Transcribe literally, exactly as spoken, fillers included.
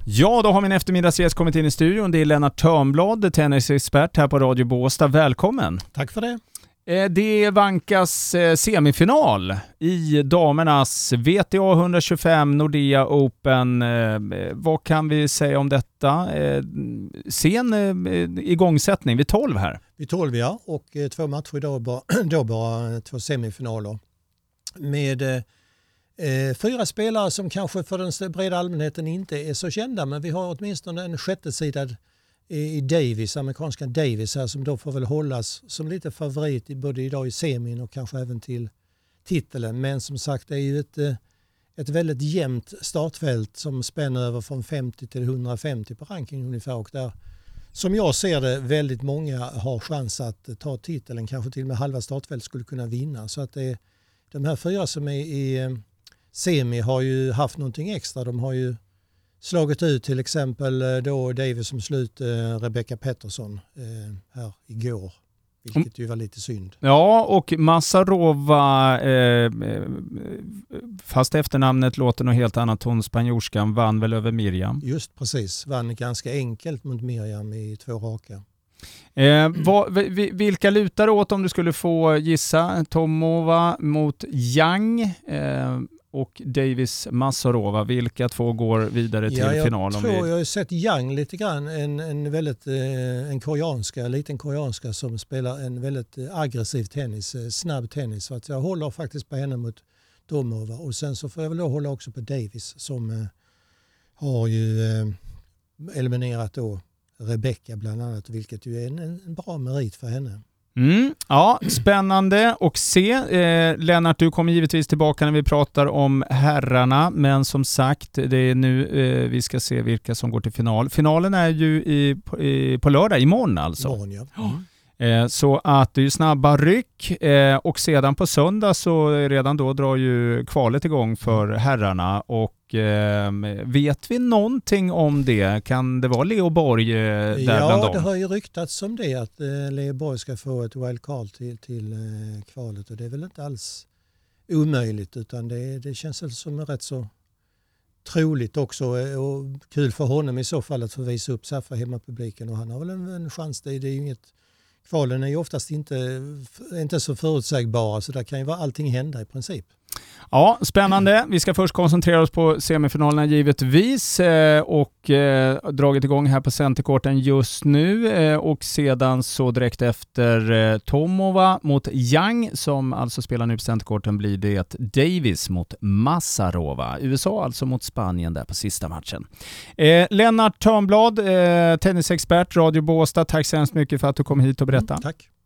Ja, då har min eftermiddagsgäst kommit in i studion. Det är Lennart Törnblad, tennisexpert här på Radio Båstad. Välkommen! Tack för det. Det vankas semifinal i damernas V T A etthundratjugofem Nordea Open. Vad kan vi säga om detta? Sen igångsättning vid tolv här. Vid tolv, ja. Och två matcher idag, bara, då bara två semifinaler. Med eh, fyra spelare som kanske för den breda allmänheten inte är så kända. Men vi har åtminstone en sjätte sida i Davis, amerikanska Davis här, som då får väl hållas som lite favorit både idag i semin och kanske även till titeln. Men som sagt, det är ju ett, ett väldigt jämnt startfält som spänner över från femtio till hundrafemtio på ranking ungefär, och där som jag ser det väldigt många har chans att ta titeln, kanske till och med halva startfält skulle kunna vinna. Så att det, de här fyra som är i semi har ju haft någonting extra. De har ju slagit ut till exempel då Davis som slut eh, Rebecca Pettersson eh, här igår, vilket ju var lite synd. Ja, och Massarova, eh, fast efternamnet låter något helt annat, hon spanjorskan vann väl över Miriam? Just precis, vann ganska enkelt mot Miriam i två raka. Eh, vad, vilka lutar åt om du skulle få gissa? Tomova mot Yang eh, och Davis Massarova. Vilka två går vidare till ja, jag final? Om tror, vi... Jag har sett Yang lite grann, en, en väldigt eh, en koreanska, liten koreanska som spelar en väldigt aggressiv tennis, eh, snabb tennis. Så att jag håller faktiskt på henne mot Tomova. Och sen så får jag väl då hålla också på Davis som eh, har ju eh, eliminerat då Rebecca bland annat, vilket ju är en, en bra merit för henne. Mm, ja, spännande och se. Eh, Lennart, du kommer givetvis tillbaka när vi pratar om herrarna, men som sagt, det är nu eh, vi ska se vilka som går till final. Finalen är ju i, i, på lördag, imorgon alltså. Imorgon, ja. Mm. Eh, så att det är snabba ryck eh, och sedan på söndag så redan då drar ju kvalet igång för herrarna. Och eh, vet vi någonting om det? Kan det vara Leo Borg eh, där ja, bland dem? Ja, det har ju ryktats som det, att eh, Leo Borg ska få ett wildcard till, till eh, kvalet, och det är väl inte alls omöjligt, utan det, det känns som rätt så troligt också, och kul för honom i så fall att få visa upp sig för hemmapubliken, och han har väl en, en chans. Det, det är ju inget, kvalen är ju oftast inte, inte så förutsägbara, så där kan ju vara allting hända i princip. Ja, spännande. Vi ska först koncentrera oss på semifinalerna givetvis eh, och eh, dragit igång här på centerkorten just nu eh, och sedan så direkt efter eh, Tomova mot Yang, som alltså spelar nu på centerkorten, blir det Davis mot Massarova. U S A alltså mot Spanien där på sista matchen. Eh, Lennart Törnblad, eh, tennisexpert, Radio Båstad, tack så hemskt mycket för att du kom hit och berättade. Mm, tack.